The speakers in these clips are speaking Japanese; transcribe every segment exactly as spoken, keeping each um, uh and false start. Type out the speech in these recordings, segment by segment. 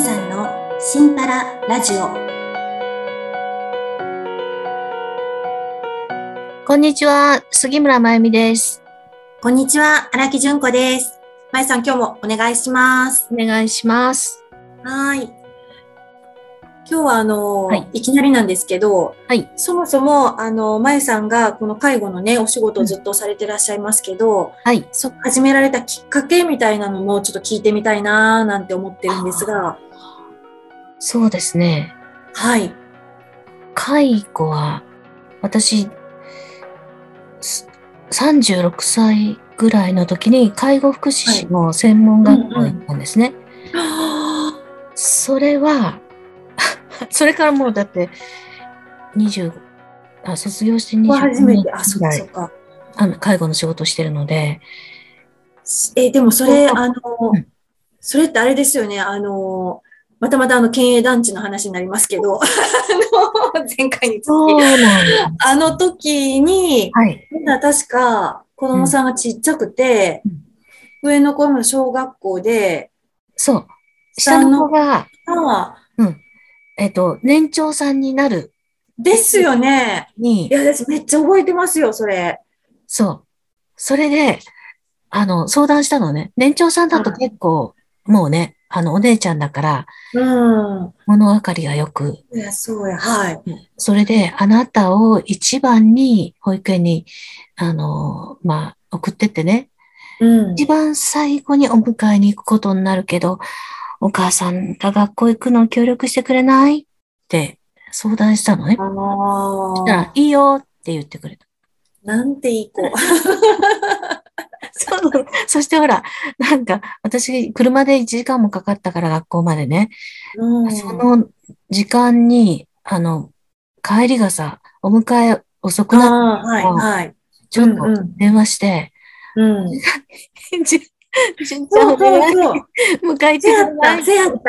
さんのシンパララジオ。 こんにちは、杉村真由美です。 こんにちは、荒木純子です。まゆさん、今日もお願いします。 お願いします。 はい。今日はあの、 はい。 いきなりなんですけど、 はい。 そもそもあの、まゆさんがこの介護のね、お仕事うん。 をずっとされてらっしゃいますけど、 はい。 そ、始められたきっかけみたいなのもちょっと聞いてみたいなーなんて思ってるんですが、 そうですね。 はい。 介護は、私、すさんじゅうろくさいぐらいの時に介護福祉はい。 士の専門うん学校に行っうん。 たんですね。 はそれは、それからもうだってにじゅう、あ、卒業してぁ、 25年初めて、あ、そっぐらい、 かそっか。 あの、介護の仕事をしてるので、 え、でもそれ、あの、 うん。 それってあれですよね。あの、またまたあの、県営団地の話になりますけど、あの、前回に続き、 そうなんです。 あの時に、 はい。 みんな確か子うん。 供さんがちっちゃくて、 うん。 上の子の小学校で、 そう。下の子下の子が、 が、 うん。えっと、年長さんになるですよね。いに、 や、私めっちゃ覚えてますよ、それ。 そう。それで、あの、相談したのね。年長さんだとは結構、もうね、あの、お姉ちゃんだから、 い。うん。 物分かりがよく、 いや、そうや、はい。 うん。それで、あなたを一番に保育園に、あの、まあ、送ってってね、 うん。 一番最後にお迎えに行くことになるけど、お母さんが学校行くのを協力してくれないって相談したのね。 あそしたら、 あ、 いいよって言ってくれた。 なんていい子。 そう。そしてほら、なんか、私、車でいちじかんもかかったから学校までね。 うん。 その時間に、あの、帰りがさ、お迎え遅くなるああ、はい、 から、 はい。うちょっとんうん。 電話して、 うん。 じじゅんちゃんそうお願い、 そうそう。 迎え行っせてくやった、 れない？ せやった。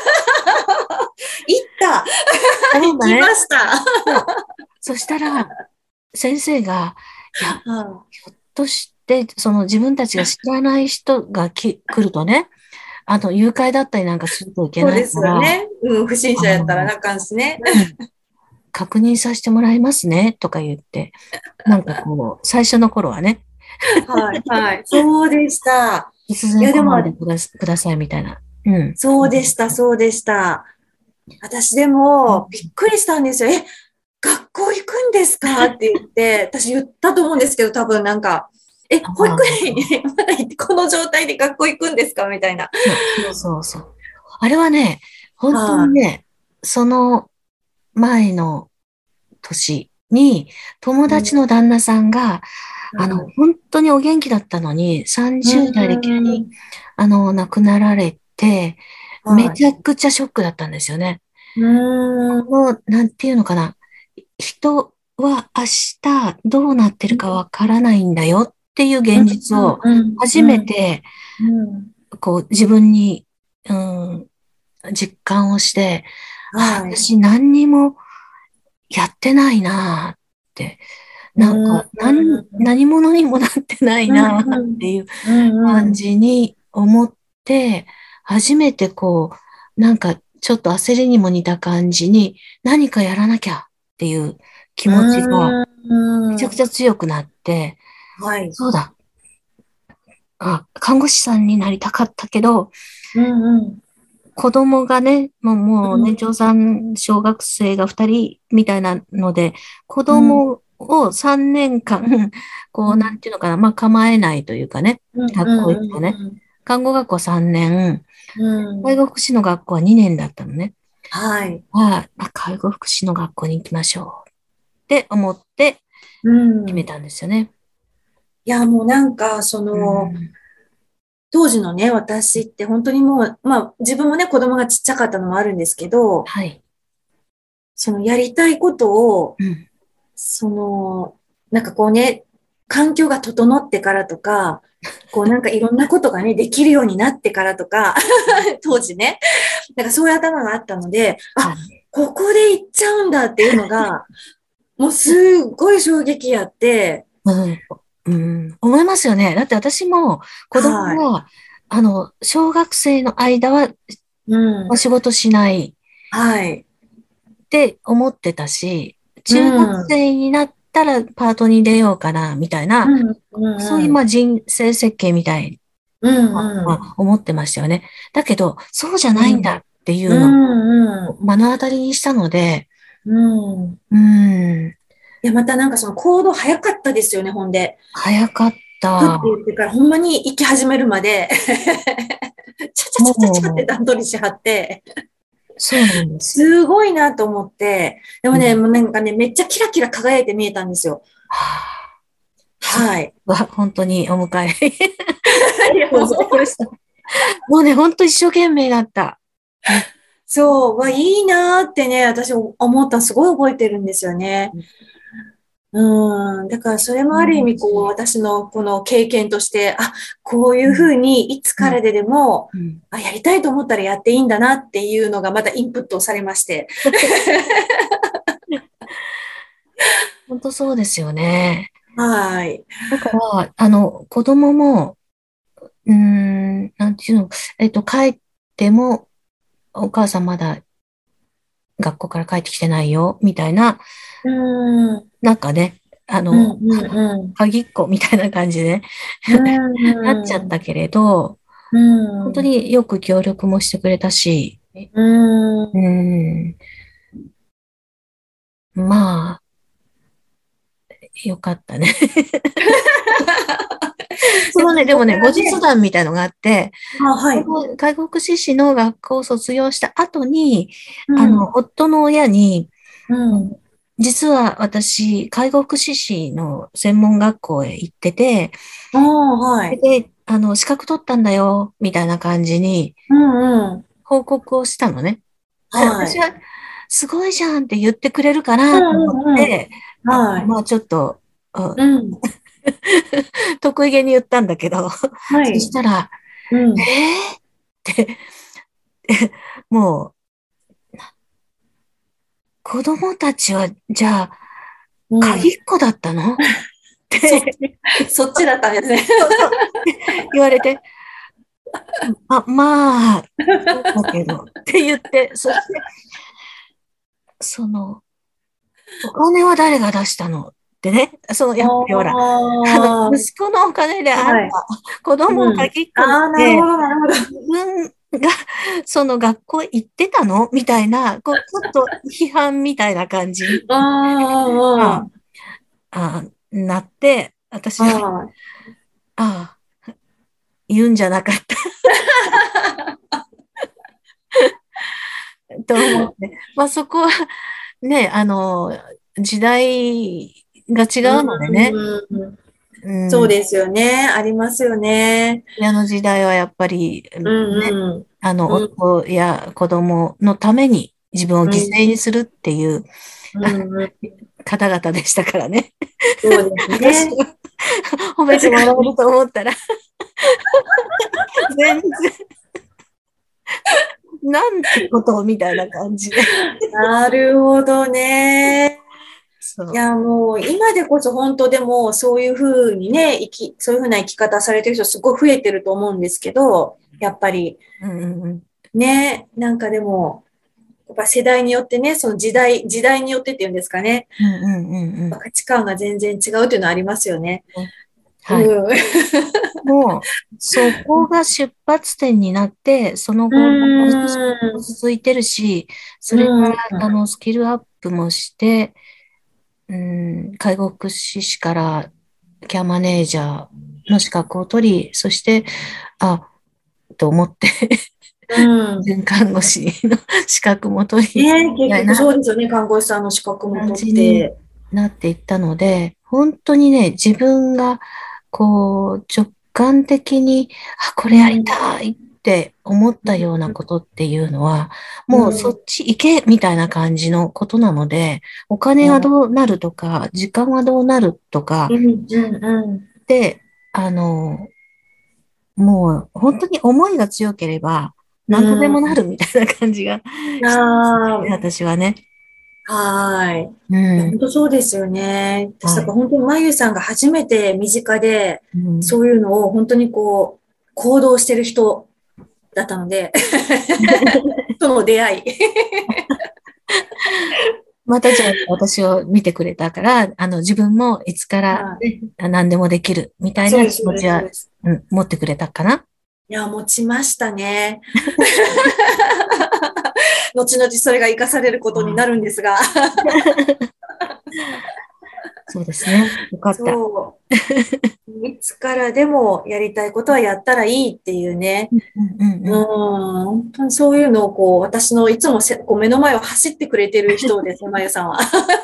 行った。 頼んだね。 行きました。 そう。そしたら、先生が、いや、 はひょっとして、その自分たちが知らない人がき来るとね、あの、誘拐だったりなんかするといけないそうですから、 よね。うん、不審者やったらあの、 なあかんしね。 うん、確認させてもらいますね、とか言って、なんかこう、最初の頃はね、 はい、はい。そうでした。 突いや、でも、 然来ないでくだす、くださいみたいな。うん。 そうでした、そうでした。私でうん。 も、びっくりしたんですよ。え、学校行くんですかって言って、私言ったと思うんですけど、多分なんか、え、保育ああ、 園にまだ行って、この状態で学校行くんですかみたいな。 そうそうそうそう。あれはね、本当にはね、その前の年に、友い、うん、 達の旦那さんが、あの、 はい、 本当にお元気だったのに、 うさんじゅう代で急に、 ん、 あの、亡くなられて、めはい、 ちゃくちゃショックだったんですよね。 うん、 この、なんていうのかな。人は明日どうなってるかわからないんだよっていううん、 現実をうん、 初うん、 めて、 うん、 こう、自分に、うん、実感をして、あ、 はい、 私何にもやってないなって、 うん、 なんか、何、 うん、 何者にもなってないうん、 なうん、 っていううん、う感ん、 じに思って、初めてこう、なんかちょっと焦りにも似た感じに、何かやらなきゃっていう気持ちがめちゃくちゃ強くなって、 はい、 そうだ、あ、看護師さんになりたかったけど、 うん、うん、 子供がね、もう、もううん、 年長さん、小学生がふたりみたいなので、子うん、 供をさんねんかん、こう、なんうん、 ていうのかな、まあ構えないというかね、 うん、 学校行くとね、 うん、 看護学校さんねん、 うん、 介護福祉の学校はにねんだったのね。 はい、 はい。あ、介護福祉の学校に行きましょうって思ってうん。 決めたんですよね。 いや、もうなんか、そうの、 ん。 当時のね、私って本当にもう、まあ自分もね、子供がちっちゃかったのもあるんですけど、 はい。 そのやりたいことを、 うん。 その、なんかこうね、環境が整ってからとか、こうなんかいろんなことがね、できるようになってからとか、当時ね、なんかそういう頭があったので、あ、 はい。 ここで行っちゃうんだっていうのが、もうすっごい衝撃やって、 うん。うん。思いますよね。だって私も子はい。 供が、あの、小学生の間はうん。 仕事しないはい。 って思ってたし、 う中学ん。 生になったらパートに出ようかな、みたいな、 うん。 そういううん。 まあ人生設計みたいうな、まん。 あ、思ってましたよね。だけど、そうじゃうん。 ないんだっていううのん。うん。 を目の当たりにしたので、 うん。 うーん、 いや、またなんかその行動早かったですよね、ほんで。 早かっふって言た。 ってからほんまに行き始めるまでちゃちゃちゃちゃちゃってもう、 段取りしはって、 そうなんです。 すごいなと思って、でもね、 うん。 もうなんかね、めっちゃキラキラ輝いて見えたんですよ。 はあ、それはい。 は本当にお迎え。 いや、 ございもう、 ました。もうね、本当一生懸命だった。うん。 そう、わ、いいなーってね、私思ったのすごい覚えてるんですよね。うん。だからそれもある意味、こう、私のこの経験として、あ、こういうふうん。 うにいつうん。 からででも、 うん。 あ、やりたいと思ったらやっていいんだなっていうのがまたインプットされまして。 本当そうですよね。 はい。 だから、あの、子供も、うーん、なんていうの、えっと、帰っても、お母さんまだ学校から帰ってきてないよ、みたいな、 うん、うん、 なんかね、あうの、 ん、 鍵っ子みたいな感じでうなっちゃっん、 たけれど、 う本当ん、 によく協力もしてくれたし、 うん。 うーん、まあ、よかったね。そでものね、でそこかもね、後らね、 日談みたいのがあって、 あ、はい。 介護福祉士の学校を卒業した後に、 うあの、 ん、 夫の親に、 うん。 実は私、介護福祉士の専門学校へ行ってて、 ああ、はい。 で、あの、資格取ったんだよ、みたいな感じにうん、うん。 報告をしたのね。 はい。 私は、すごいじゃんって言ってくれるかうなと思っん、うん、 て、 うん。 あ、 はい。 まあちょっと、あうん。 得意げに言ったんだけど、そはい。 したら、 うん。 えーってもう、子供たちは、じゃあ、 うん。 鍵っ子だったのっそってち、そっちだったんですね。 そうそう言われて、あ、まあ、そうだけど、って言って、そして、その、お金は誰が出したのってね、その、 あやっぱりほら、あの、 あ、 息子のお金であんた、 はい。 子供をうん。 鍵っ子にしああ、なるほて、 ど、なるほど。 自分が、その学校行ってたのみたいな、こう、ちょっと批判みたいな感じに、 あまあ、 あ、あなって、私は、 あああ、言うんじゃなかったと思って。まあそこはね、あの、時代があ、 違うのでね、 うん。 うん、 そうですよね。ありますよね。 親の時代はやっぱり、 うね、 ん、うん。 あの、 うん、 夫や子供のために自分を犠うん、 牲にするっていううん、うん。 方々でしたからね。 そうですね。 私は褒めて確かに。 もらえると思ったら、全然、なんてことみたいな感じで。 なるほどね。 そう。 いや、もう、今でこそ本当でも、そういうふうにね、生き、そういうふうな生き方されてる人すごい増えてると思うんですけど、やっぱり、 うんうんうん。 ね、なんかでも、やっぱ世代によってね、その時代、時代によってっていうんですかね、 うんうんうんうん。 価値観が全然違うっていうのはありますよね。 ね。はい。 うん。 もう、そこが出発点になって、そのう後、ずっとーん。 続いてるし、それかうん。 ら、あの、スキルアップもして、うん、介護福祉士からケアマネージャーの資格を取り、そして、あ、と思ってうん。 准看護師の資格も取り、 ね、結局そみたいなうですよね。看護師さんの資格も感取っじにて。 なっていったので、本当にね、自分がこう直感的に、あ、こうれやりん。 たいって思っうん。 たようなことっていうのは、もうそうん。 っち行けみたいな感じのことなので、お金はどうなるとか、時間はどうなるとかうん。うん。うん。 で、あの、もう本当に思いが強ければ、 う何とでもなん。 るみたいな感じがしてますね、 ああ、 私はね。 はい。いや、 うん。 本当そうですよね。私、だからはい。 本当にまゆさんが初めて身近で、 うん。 そういうのを本当にこう、行動してる人だったので、その出会い。 またじゃあ私を見てくれたから、あの自分もいつから何でもできるみたいな気持ちは、うん、持ってくれたかな。 いや、持ちましたね。後々それが活かされることになるんですが。 そうですね。よかった。 そう。いつからでもやりたいことはやったらいいっていうね。うん、そういうのをこう、私のいつもせこう目の前を走ってくれてる人ですね、まゆさんは。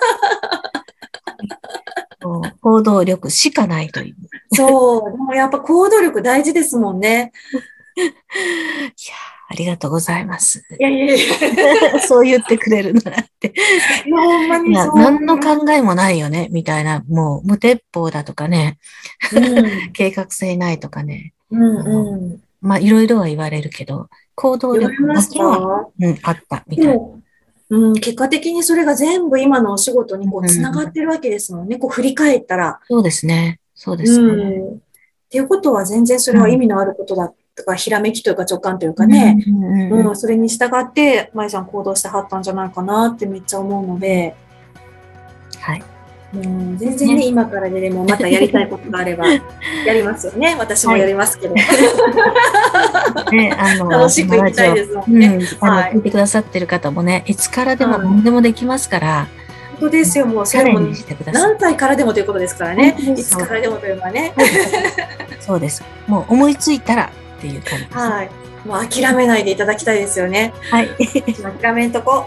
行動力しかないという。 そう。でもやっぱ行動力大事ですもんね。 いや、ありがとうございます。 いやいやいや。そう言ってくれるならって。 いや、ほんまにそう。 何の考えもないよね、みたいな、もう無鉄砲だとかね、うん、計画性ないとかね。 うんうん、 まあ、いろいろは言われるけど、行動力だけは、うん、あった、みたいな。 うん、結果的にそれが全部今のお仕事にこう、つながってるわけですもんね。こう、振り返ったら。 そうですね。そうですね。 うん。っていうことは全然それは意味のあることだとか、ひらめきというか直感というかね。うん、それに従って、まゆさん行動してはったんじゃないかなってめっちゃ思うので。 はい。 うん、全然ね、ね今からででもまたやりたいことがあれば、やりますよね。私もやりますけど。はい、ね、あの、楽しくいきたいですもんね。うん、 はい、聞いてくださってる方もね、いつからでも何でもできますから。 本当ですよ、もうそれも何歳からでもということですからね。いつからでもというのはね。 そうです。もう思いついたらっていう感じです。 はい。もう諦めないでいただきたいですよね。 はい。 諦めんとこ。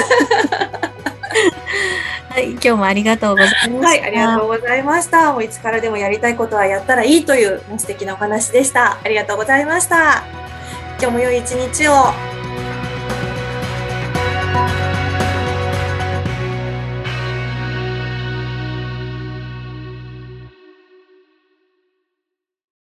はい、今日もありがとうございました。 はい、ありがとうございました。もういつからでもやりたいことはやったらいいというもう素敵なお話でした。ありがとうございました。今日も良い一日を。